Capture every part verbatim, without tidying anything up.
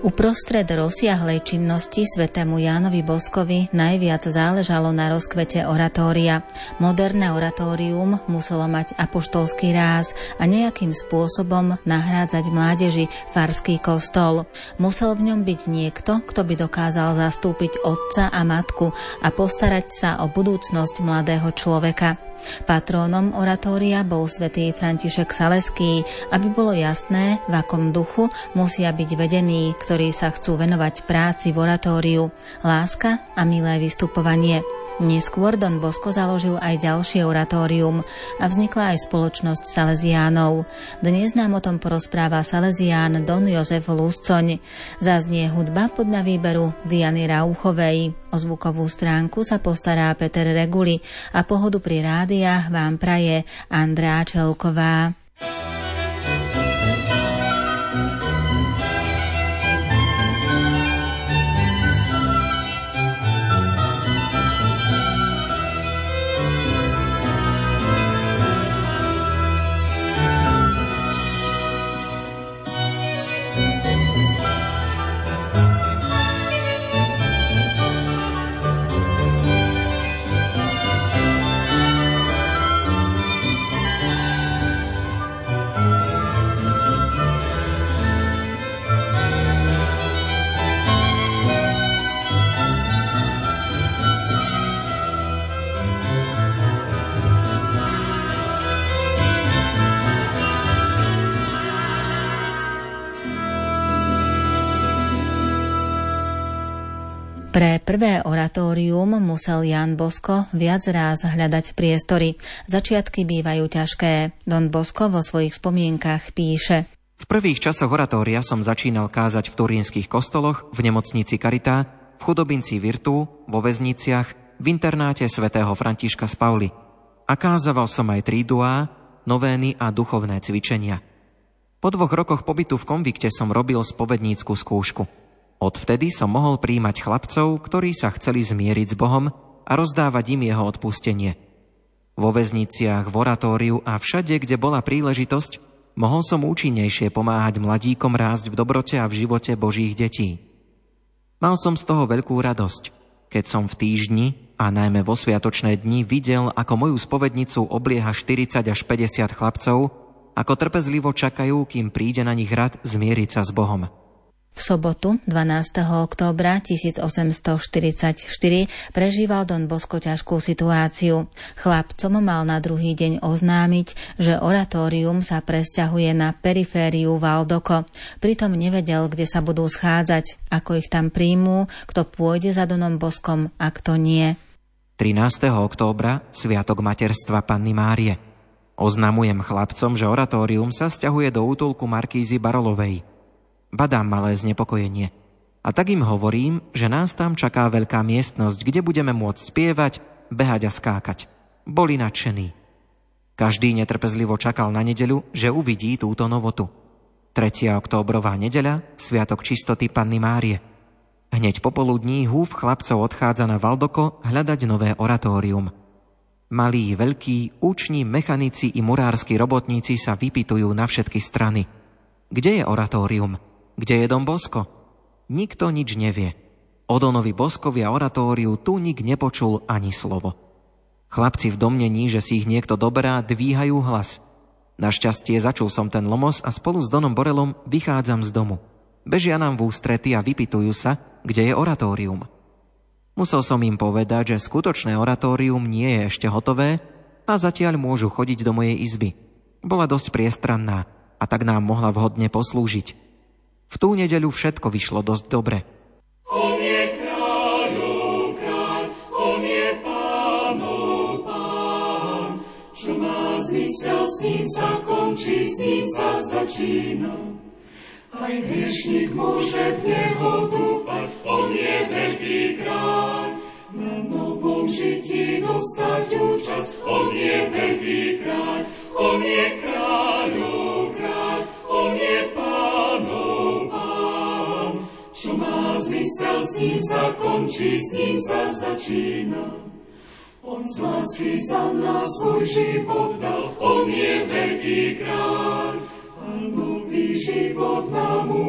Uprostred rozsiahlej činnosti svätému Jánovi Boskovi najviac záležalo na rozkvete oratória. Moderné oratórium muselo mať apoštolský ráz a nejakým spôsobom nahrádzať mládeži farský kostol. Musel v ňom byť niekto, kto by dokázal zastúpiť otca a matku a postarať sa o budúcnosť mladého človeka. Patrónom oratória bol svätý František Saleský, aby bolo jasné, v akom duchu musia byť vedení, ktorí sa chcú venovať práci v oratóriu, láska a milé vystupovanie. Neskôr Don Bosco založil aj ďalšie oratórium a vznikla aj spoločnosť Salesiánov. Dnes nám o tom porozpráva Salesián Don Jozef Luscoň. Zaznie hudba podľa výberu Diany Rauchovej. O zvukovú stránku sa postará Peter Reguli a pohodu pri rádiách vám praje Andrá Čelková. Pre prvé oratórium musel Ján Bosko viac ráz hľadať priestory. Začiatky bývajú ťažké. Don Bosco vo svojich spomienkach píše: V prvých časoch oratória som začínal kázať v turínskych kostoloch, v nemocnici Caritá, v chudobinci Virtu, vo väzniciach, v internáte svätého Františka z Pauli. A kázával som aj triduá, novény a duchovné cvičenia. Po dvoch rokoch pobytu v konvikte som robil spovednícku skúšku. Odvtedy som mohol prijímať chlapcov, ktorí sa chceli zmieriť s Bohom a rozdávať im jeho odpustenie. Vo väzniciach, v oratóriu a všade, kde bola príležitosť, mohol som účinnejšie pomáhať mladíkom rásť v dobrote a v živote Božích detí. Mal som z toho veľkú radosť, keď som v týždni a najmä vo sviatočné dni videl, ako moju spovednicu oblieha štyridsať až päťdesiat chlapcov, ako trpezlivo čakajú, kým príde na nich rad zmieriť sa s Bohom. V sobotu dvanásteho októbra tisícosemstoštyridsaťštyri prežíval Don Bosco ťažkú situáciu. Chlapcom mal na druhý deň oznámiť, že oratórium sa presťahuje na perifériu Valdoko. Pritom nevedel, kde sa budú schádzať, ako ich tam príjmú, kto pôjde za Donom Boskom a kto nie. trinásteho októbra, sviatok materstva Panny Márie. Oznamujem chlapcom, že oratórium sa sťahuje do útulku markízy Barolovej. Badám malé znepokojenie. A tak im hovorím, že nás tam čaká veľká miestnosť, kde budeme môcť spievať, behať a skákať. Boli nadšení. Každý netrpezlivo čakal na nedeľu, že uvidí túto novotu. tretia októbrová nedeľa, sviatok čistoty Panny Márie. Hneď popoludní húf chlapcov odchádza na Valdoko hľadať nové oratórium. Malí, veľkí, úční, mechanici i murársky robotníci sa vypytujú na všetky strany. Kde je oratórium? Kde je Don Bosco? Nikto nič nevie. O Donovi Boskovi a oratóriu tu nik nepočul ani slovo. Chlapci v domnení, že si ich niekto doberá, dvíhajú hlas. Našťastie začul som ten lomos a spolu s Donom Borelom vychádzam z domu. Bežia nám v ústrety a vypytujú sa, kde je oratórium. Musel som im povedať, že skutočné oratórium nie je ešte hotové a zatiaľ môžu chodiť do mojej izby. Bola dosť priestranná a tak nám mohla vhodne poslúžiť. V tú nedeľu všetko vyšlo dosť dobre. On je kráľov kráľ, on je pánov pán. Čo má zmysel, s ním sa končí, s ním sa začína. Aj hriešnik môže v neho dúfať, on je veľký kráľ. Na novom žití dostať účasť, on je veľký kráľ. On je kráľov kráľ, on je pánov pán. Čo má zmysel, s ním sa končí, s ním sa začína. On z lásky za nás svoj život dal, on je veľký kráľ. A nový život nám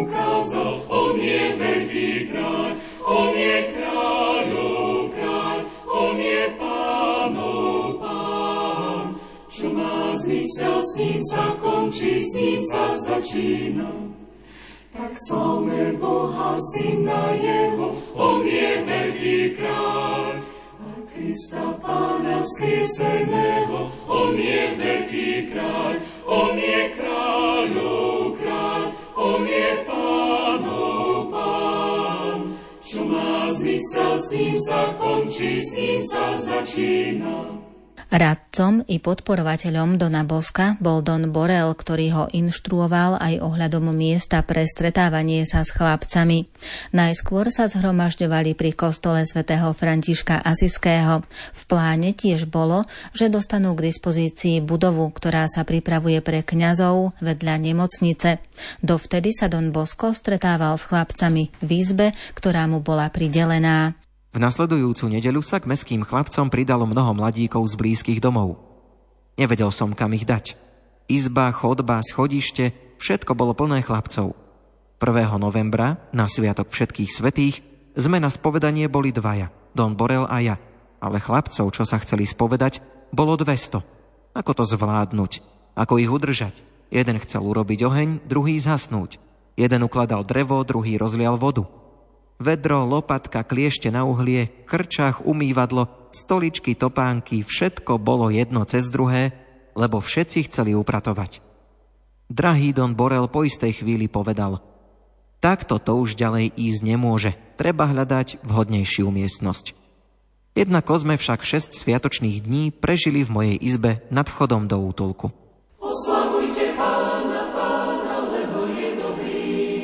ukázal, on je veľký kráľ, on je kráľov kráľ, on je pánov pán. Čo má zmysel, s ním sa končí, s ním sa začína. Tak slávme Boha, syna jeho, on je veľký kráľ. A Krista pána vzkrieseného, on je veľký kráľ, on je kráľov kráľ, on je pánov pán. Čo má zmysel, s ním sa končí, s ním sa začína. Radcom i podporovateľom Dona Boska bol Don Borel, ktorý ho inštruoval aj ohľadom miesta pre stretávanie sa s chlapcami. Najskôr sa zhromažďovali pri kostole svätého Františka Asiského. V pláne tiež bolo, že dostanú k dispozícii budovu, ktorá sa pripravuje pre kňazov vedľa nemocnice. Dovtedy sa Don Bosko stretával s chlapcami v izbe, ktorá mu bola pridelená. V nasledujúcu nedeľu sa k mestským chlapcom pridalo mnoho mladíkov z blízkych domov. Nevedel som, kam ich dať. Izba, chodba, schodište, všetko bolo plné chlapcov. prvého novembra, na sviatok všetkých svätých, sme na spovedanie boli dvaja, Don Borel a ja, ale chlapcov, čo sa chceli spovedať, bolo dvesto. Ako to zvládnuť? Ako ich udržať? Jeden chcel urobiť oheň, druhý zhasnúť. Jeden ukladal drevo, druhý rozlial vodu. Vedro, lopatka, kliešte na uhlie, krčach, umývadlo, stoličky, topánky, všetko bolo jedno cez druhé, lebo všetci chceli upratovať. Drahý Don Borel po istej chvíli povedal: takto to už ďalej ísť nemôže, treba hľadať vhodnejšiu miestnosť. Jednako sme však šesť sviatočných dní prežili v mojej izbe nad vchodom do útulku. Oslavujte Pána, Pána, lebo je dobrý.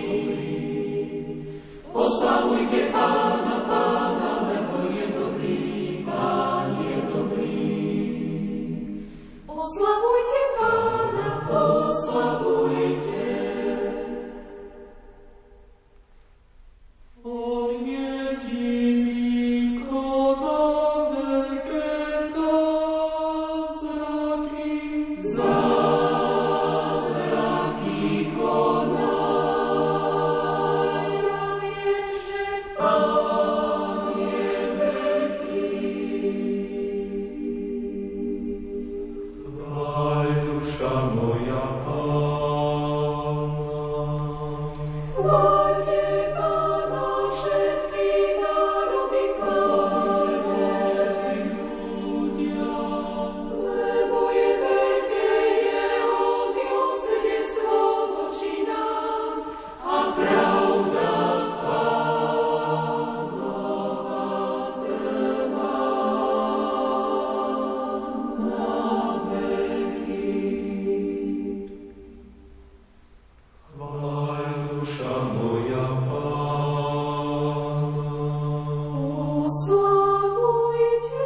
Oslavujte Pána, Pána, lebo je dobrý. Pán je dobrý. Oslavujte Pána, oslavujte. On jediný, kto dá veľké zázraky, zázraky konaj. Ja viem, že Pán je veľký. Chváľ duša moja Pána. Chváľte Pána všetky národy, chváľte všetci ľudia, lebo je veľké jeho milosrdenstvo voči nám a pravda Pánova trvá na veky. Chváľ duša moja Pána. Oslavujte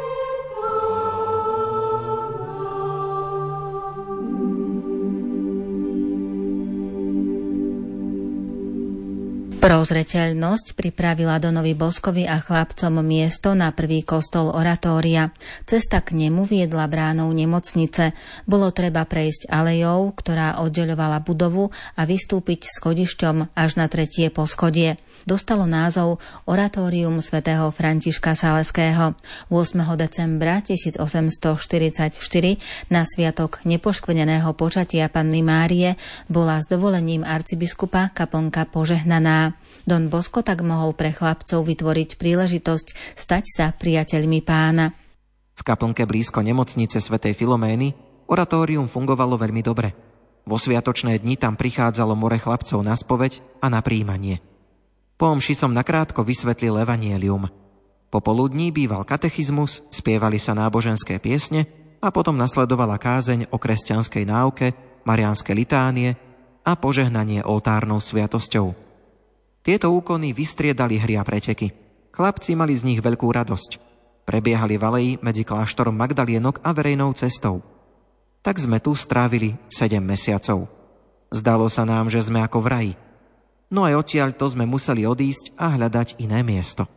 Prozreteľnosť pripravila Donovi Boskovi a chlapcom miesto na prvý kostol oratória. Cesta k nemu viedla bránou nemocnice. Bolo treba prejsť alejou, ktorá oddeľovala budovu a vystúpiť schodišťom až na tretie poschodie. Dostalo názov Oratórium svätého Františka Saleského. ôsmeho decembra tisícosemstoštyridsaťštyri na sviatok nepoškvrneného počatia Panny Márie bola s dovolením arcibiskupa kaplnka požehnaná. Don Bosko tak mohol pre chlapcov vytvoriť príležitosť stať sa priateľmi Pána. V kaplnke blízko nemocnice svätej Filomény oratórium fungovalo veľmi dobre. Vo sviatočné dni tam prichádzalo more chlapcov na spoveď a na prijímanie. Po omši som nakrátko vysvetlil evanielium. Popoludní býval katechizmus, spievali sa náboženské piesne a potom nasledovala kázeň o kresťanskej náuke, mariánske litánie a požehnanie oltárnou sviatosťou. Tieto úkony vystriedali hry a preteky. Chlapci mali z nich veľkú radosť. Prebiehali v aleji medzi kláštorom Magdalienok a verejnou cestou. Tak sme tu strávili sedem mesiacov. Zdalo sa nám, že sme ako v raji. No aj odtiaľ to sme museli odísť a hľadať iné miesto.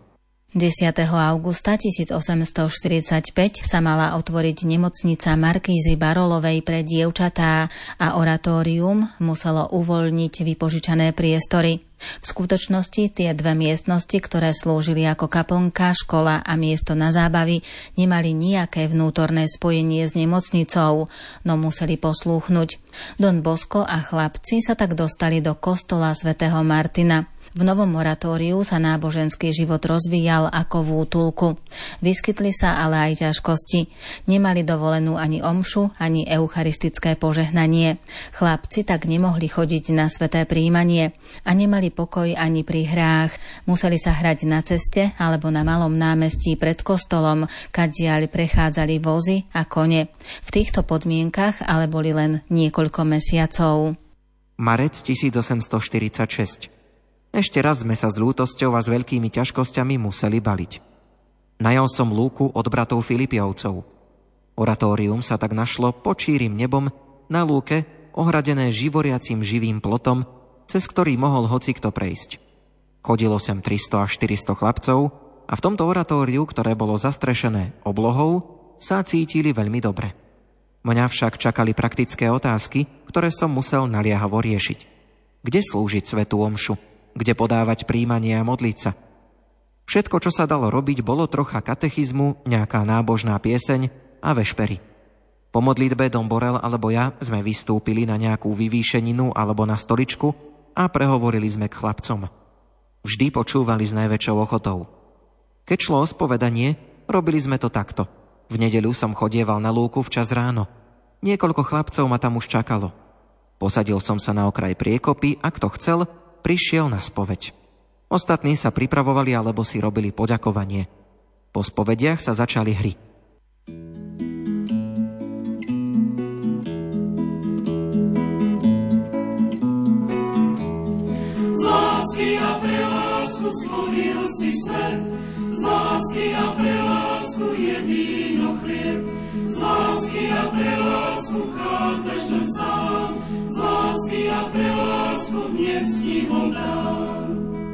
desiateho augusta tisícosemstoštyridsaťpäť sa mala otvoriť nemocnica Markízy Barolovej pre dievčatá a oratórium muselo uvoľniť vypožičané priestory. V skutočnosti tie dve miestnosti, ktoré slúžili ako kaplnka, škola a miesto na zábavy, nemali nejaké vnútorné spojenie s nemocnicou, no museli poslúchnuť. Don Bosco a chlapci sa tak dostali do kostola svätého Martina. V novom oratóriu sa náboženský život rozvíjal ako v útulku. Vyskytli sa ale aj ťažkosti. Nemali dovolenú ani omšu, ani eucharistické požehnanie. Chlapci tak nemohli chodiť na sväté prijímanie a nemali pokoj ani pri hrách. Museli sa hrať na ceste alebo na malom námestí pred kostolom, kadiaľ prechádzali vozy a kone. V týchto podmienkach ale boli len niekoľko mesiacov. Marec tisícosemstoštyridsaťšesť. Ešte raz sme sa s ľútosťou a s veľkými ťažkosťami museli baliť. Najal som lúku od bratov Filipiovcov. Oratórium sa tak našlo pod šírim nebom na lúke, ohradené živoriacim živým plotom, cez ktorý mohol hocikto prejsť. Chodilo sem tristo až štyristo chlapcov a v tomto oratóriu, ktoré bolo zastrešené oblohou, sa cítili veľmi dobre. Mňa však čakali praktické otázky, ktoré som musel naliehavo riešiť. Kde slúžiť svätú omšu? Kde podávať príjmanie a modliť sa? Všetko, čo sa dalo robiť, bolo trocha katechizmu, nejaká nábožná pieseň a vešpery. Po modlitbe Dom Borel alebo ja sme vystúpili na nejakú vyvýšeninu alebo na stoličku a prehovorili sme k chlapcom. Vždy počúvali s najväčšou ochotou. Keď šlo o spovedanie, robili sme to takto. V nedeľu som chodieval na lúku včas ráno. Niekoľko chlapcov ma tam už čakalo. Posadil som sa na okraj priekopy a kto chcel, prišiel na spoveď. Ostatní sa pripravovali alebo si robili poďakovanie. Po spovediach sa začali hry. Z lásky a pre lásku stvoril si svet, z lásky a pre lásku je víno chlieb, z lásky a pre lásku chádzaš doň sám, z lásky a pre lásku dnes ti ho dám.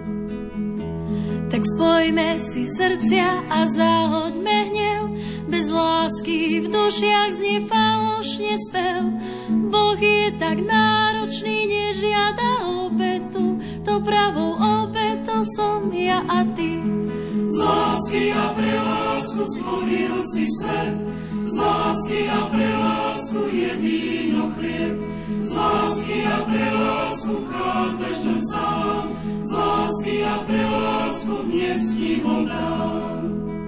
Tak spojme si srdcia a zahoďme hnev, bez lásky v dušiach znie falošne spev. Boh je tak náročný, nežiada obetu, to pravou obetou som ja a ty. Z lásky a pre lásku stvoril si svet, z lásky a pre lásku je víno chlieb, z lásky a pre lásku chádzaš doň sám, z lásky a pre lásku dnes ti ho dám.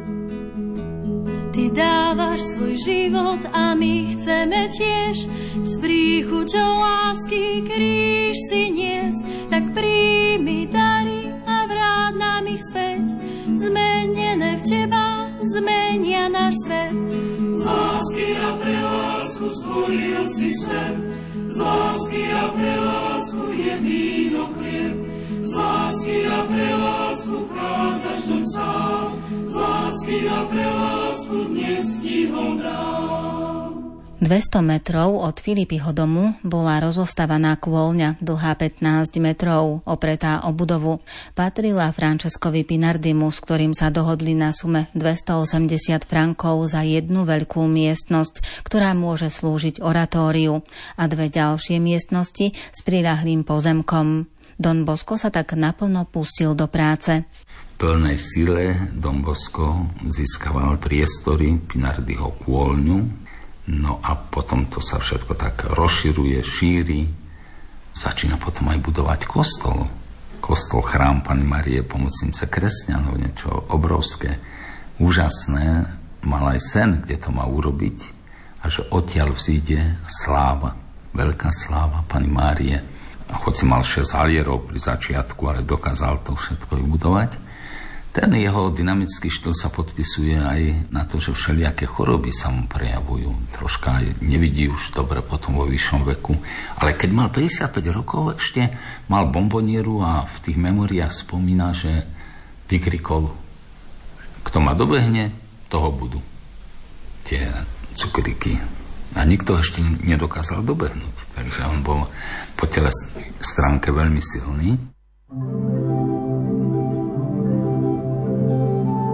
Ty dávaš svoj život a my chceme tiež s príchuťou lásky kríž si niesť, tak príjmi dary a vráť nám ich späť. Zmenené v teba zmenia náš svet. Z lásky a pre lásku stvoril si svet, z lásky a pre lásku je víno chlieb, z lásky a pre lásku chádzaš doň sám, z lásky a pre lásku dnes ti ho dám. dvesto metrov od Filipiho domu bola rozostavaná kôľňa, dlhá pätnásť metrov, opretá o budovu. Patrila Franceskovi Pinardimu, s ktorým sa dohodli na sume dvestoosemdesiat frankov za jednu veľkú miestnosť, ktorá môže slúžiť oratóriu, a dve ďalšie miestnosti s priľahlým pozemkom. Don Bosco sa tak naplno pustil do práce. V plnej sile Don Bosco získaval priestory, Pinardiho kôľňu. No a potom to sa všetko tak rozširuje, šíri. Začína potom aj budovať kostol. Kostol, chrám Panny Márie Pomocnice kresťanov, niečo obrovské, úžasné. Mal aj sen, kde to má urobiť a že odtiaľ vzíde sláva, veľká sláva Panny Márie. A hoci mal šesť halierov pri začiatku, ale dokázal to všetko vybudovať. Ten jeho dynamický štýl sa podpisuje aj na to, že všelijaké choroby sa mu prejavujú. Troška nevidí už dobre potom vo vyššom veku. Ale keď mal päťdesiatpäť rokov, ešte mal bombonieru a v tých memoriách spomína, že vykrikol: kto ma dobehne, toho budú. Tie cukriky. A nikto ešte nedokázal dobehnúť. Takže on bol po telesnej stránke veľmi silný.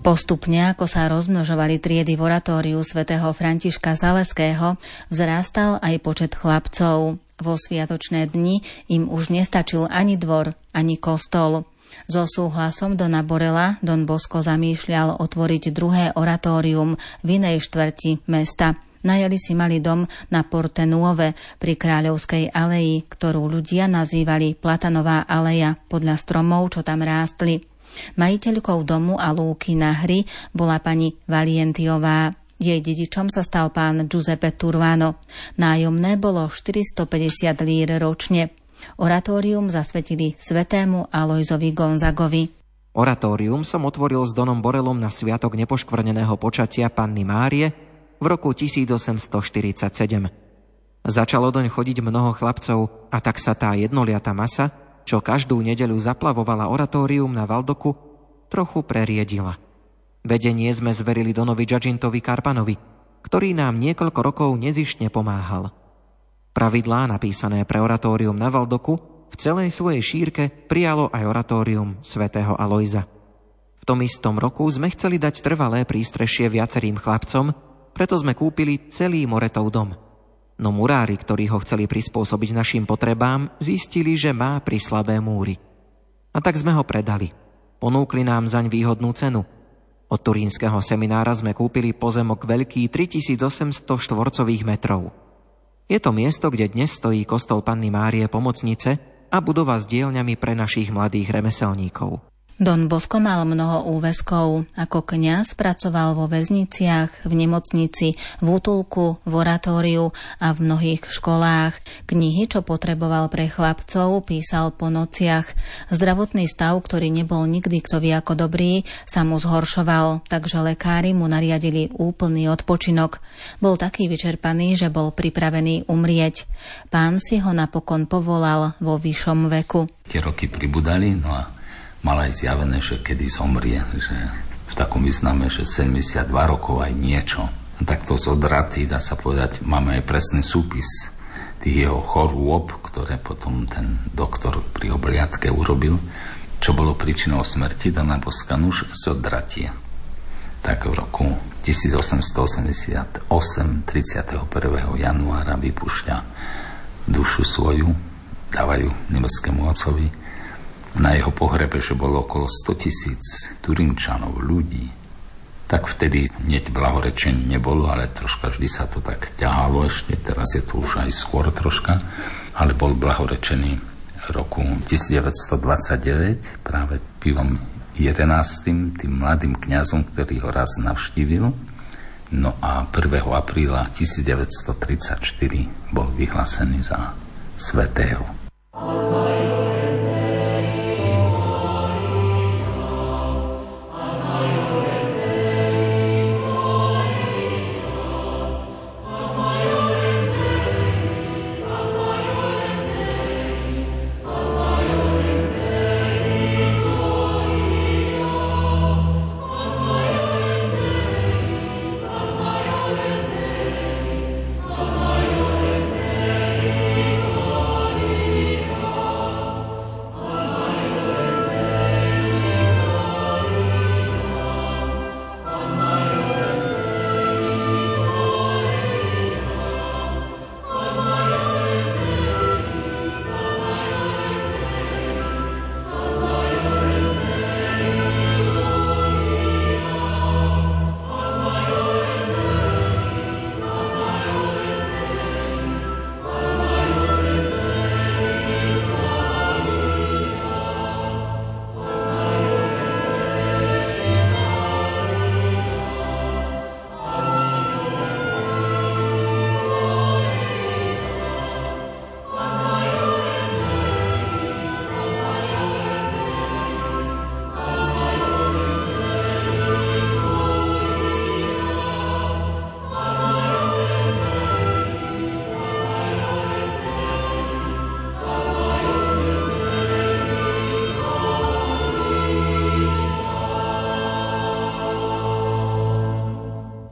Postupne, ako sa rozmnožovali triedy v oratóriu svätého Františka Saleského, vzrástal aj počet chlapcov. Vo sviatočné dni im už nestačil ani dvor, ani kostol. So súhlasom dona Borela Don Bosco zamýšľal otvoriť druhé oratórium v inej štvrti mesta. Najali si malý dom na Porte Nuove pri Kráľovskej aleji, ktorú ľudia nazývali Platanová aleja podľa stromov, čo tam rástli. Majiteľkou domu a lúky na hry bola pani Valientiová. Jej dedičom sa stal pán Giuseppe Turvano. Nájomné bolo štyristopäťdesiat lír ročne. Oratórium zasvetili svätému Alojzovi Gonzagovi. Oratórium som otvoril s donom Borelom na sviatok nepoškvrneného počatia Panny Márie v roku tisícosemstoštyridsaťsedem. Začalo doň chodiť mnoho chlapcov a tak sa tá jednoliata masa, čo každú nedeľu zaplavovala oratórium na Valdoku, trochu preriedila. Vedenie sme zverili donovi Giacintovi Karpanovi, ktorý nám niekoľko rokov nezištne pomáhal. Pravidlá napísané pre oratórium na Valdoku v celej svojej šírke prijalo aj oratórium svätého Alojza. V tom istom roku sme chceli dať trvalé prístrešie viacerým chlapcom, preto sme kúpili celý Moretov dom. No murári, ktorí ho chceli prispôsobiť našim potrebám, zistili, že má prislabé múry. A tak sme ho predali. Ponúkli nám zaň výhodnú cenu. Od turínskeho seminára sme kúpili pozemok veľký tritisícosemsto štvorcových metrov. Je to miesto, kde dnes stojí kostol Panny Márie Pomocnice a budova s dielňami pre našich mladých remeselníkov. Don Bosco mal mnoho úväzkov. Ako kňaz pracoval vo väzniciach, v nemocnici, v útulku, v oratóriu a v mnohých školách. Knihy, čo potreboval pre chlapcov, písal po nociach. Zdravotný stav, ktorý nebol nikdy kto vie ako dobrý, sa mu zhoršoval, takže lekári mu nariadili úplný odpočinok. Bol taký vyčerpaný, že bol pripravený umrieť. Pán si ho napokon povolal vo vyššom veku. Tie roky pribudali, no a mal aj zjavené, že kedy zomrie, že v takom význame, že sedemdesiatdva rokov aj niečo. Takto z odraty, dá sa povedať, máme aj presný súpis tých jeho chorôb, ktoré potom ten doktor pri obliadke urobil, čo bolo príčinou smrti Dona Bosca nuž z odratie. Tak v roku tisícosemstoosemdesiatosem, tridsiateho prvého januára vypúšťa dušu svoju, dávajú nebeskému Otcovi. Na jeho pohrebe, že bolo okolo stotisíc Turínčanov, ľudí, tak vtedy hneď blahorečení nebolo, ale troška vždy sa to tak ťahalo ešte, teraz je to už aj skôr troška, ale bol blahorečený roku devätnásťstodvadsaťdeväť práve Piom jedenástym, tým mladým kňazom, ktorý ho raz navštívil. No a prvého apríla devätnásťstotridsaťštyri bol vyhlásený za svätého. Oh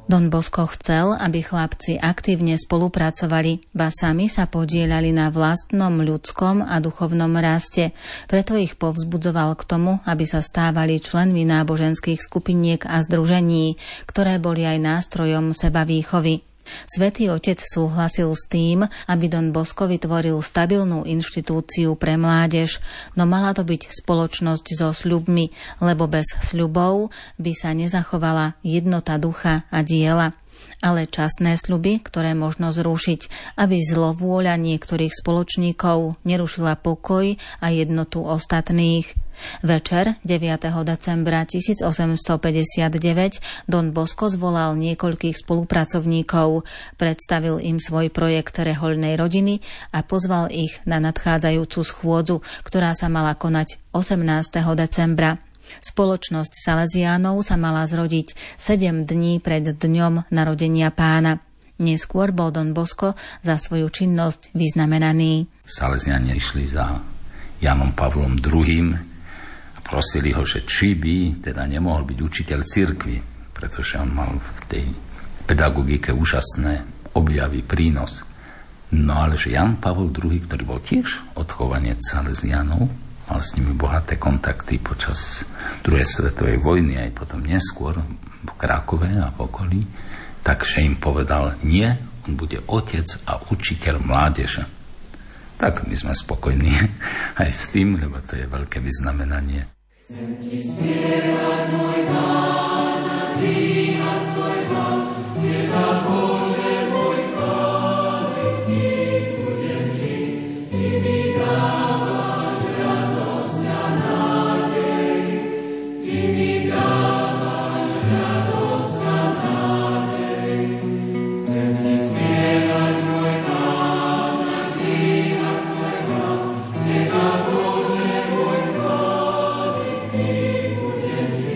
Don Bosco chcel, aby chlapci aktívne spolupracovali, ba sami sa podieľali na vlastnom ľudskom a duchovnom raste. Preto ich povzbudzoval k tomu, aby sa stávali členmi náboženských skupiniek a združení, ktoré boli aj nástrojom sebavýchovy. Svätý Otec súhlasil s tým, aby Don Bosco vytvoril stabilnú inštitúciu pre mládež, no mala to byť spoločnosť so sľubmi, lebo bez sľubov by sa nezachovala jednota ducha a diela. Ale časné sľuby, ktoré možno zrušiť, aby zlovôľa niektorých spoločníkov nerušila pokoj a jednotu ostatných. Večer deviateho decembra tisícosemstopäťdesiatdeväť Don Bosco zvolal niekoľkých spolupracovníkov, predstavil im svoj projekt rehoľnej rodiny a pozval ich na nadchádzajúcu schôdzu, ktorá sa mala konať osemnásteho decembra. Spoločnosť Salesiánov sa mala zrodiť sedem dní pred dňom narodenia Pána. Neskôr bol Don Bosco za svoju činnosť vyznamenaný. Salesiáni išli za Jánom Pavlom druhým. Prosili ho, že či by teda nemohol byť učiteľ cirkvi, pretože on mal v tej pedagogike úžasné objavy, prínos. No ale že Ján Pavol druhý, ktorý bol tiež odchovanec Salesiánov, mal s nimi bohaté kontakty počas druhej svetovej vojny aj potom neskôr v Krakove a v okolí, takže im povedal, nie, on bude otec a učiteľ mládeže. Tak my sme spokojní aj s tým, lebo to je veľké vyznamenanie. Chcem ti spievať, môj Pán, a dvíhať svoj hlas, teba, Bože, môj Pán, veď kým budem žiť, ty mi dávaš radosť a nádej, ty mi dávaš radosť a nádej. Chcem ti spievať, môj Pán, a dvíhať svoj hlas, teba, Bože, môj Pán, kým budem žiť.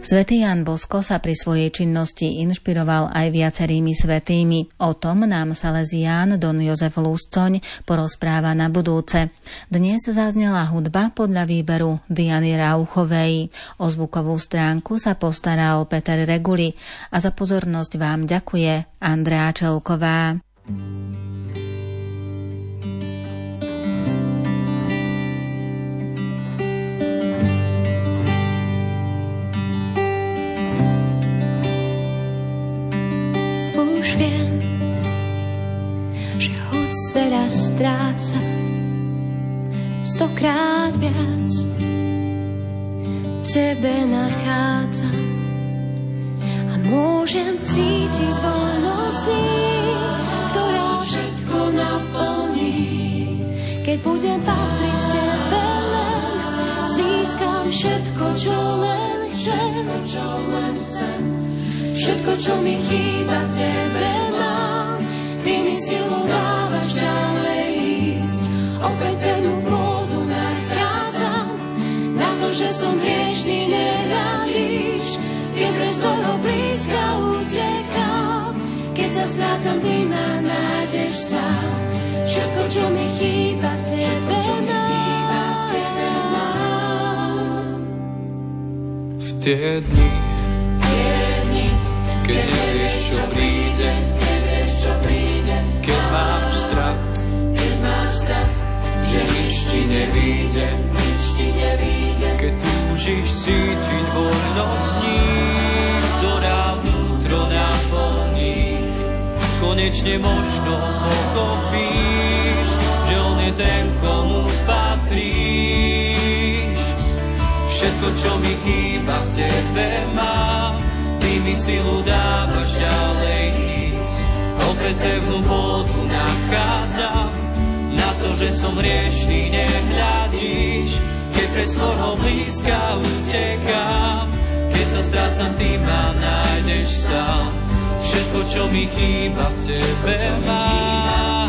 Svätý Ján Bosko sa pri svojej činnosti inšpiroval aj viacerými svätými. O tom nám Salesián don Jozef Luscoň porozpráva na budúce. Dnes zaznela hudba podľa výberu Diany Rauchovej. O zvukovú stránku sa postaral Peter Reguli a za pozornosť vám ďakuje Andrea Čelková. Viem, že hoď veľa stráca, stokrát viac v tebe nachádza a môžem cítiť voľnosť ní, ktorá všetko naplní. Keď budem patriť tebe len, získam všetko, čo len chcem, čo len chcem. Všetko, čo mi chýba, v tebe mám. Ty mi silu dávaš ďalej ísť. Opäť pevnú pôdu nachádzam. Na to, že som hriešný, nehľadíš. Keď bez toho blízka utekám. Keď sa strácam, ty ma nájdeš sám. Všetko, čo mi chýba, v tebe mám. V tie dni, keď nevieš, čo príde, nevieš, čo príde, keď máš strach, keď máš strach, že nič ti nevíde, nič ti nevíde, keď túžiš cítiť voľnosť ní, ktorá vnútro naplní. Konečne možno pochopíš, že on je ten, komu patríš. Všetko, čo mi chýba, v tebe mám. Ty mi silu dávaš ďalej ísť. Opäť pevnú pôdu nachádzam. Na to, že som hriešný, nehľadíš. Keď pre svojho blízka utekám. Keď sa strácam, ty ma nájdeš sám. Všetko, čo mi chýba, v tebe mám.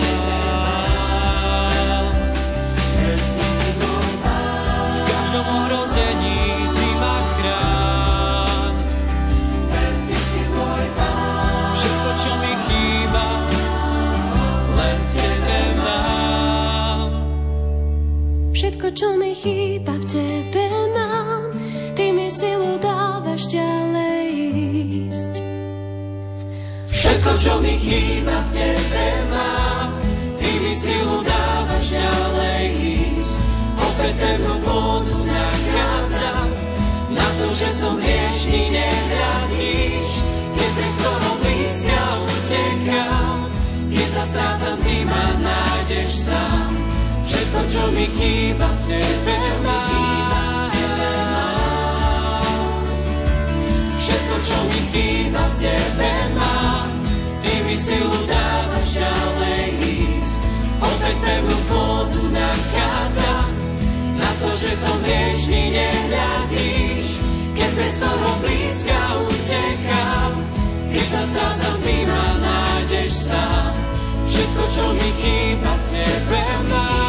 V každom ohrození ty ma chráň. Všetko, čo mi chýba, v tebe mám. Ty mi silu dávaš ďalej ísť. Všetko, čo mi chýba, v tebe mám. Ty mi silu dávaš ďalej ísť. Opäť pevnú pôdu nachádzam. Na to, že som hriešný, nehľadíš. Keď pre svojho blízka utekám. Keď sa strácam, ty ma nájdeš sám. Všetko, čo mi chýba, v tebe mám. Všetko, čo mi chýba, v tebe mám. Ty mi silu dávaš ďalej ísť. Opäť pevnú pôdu nachádzam. Na to, že som hriešný, nehľadíš. Keď bez toho blízka utekám. Keď sa strácam, ty ma nájdeš sám. Všetko, čo mi chýba, v tebe mám.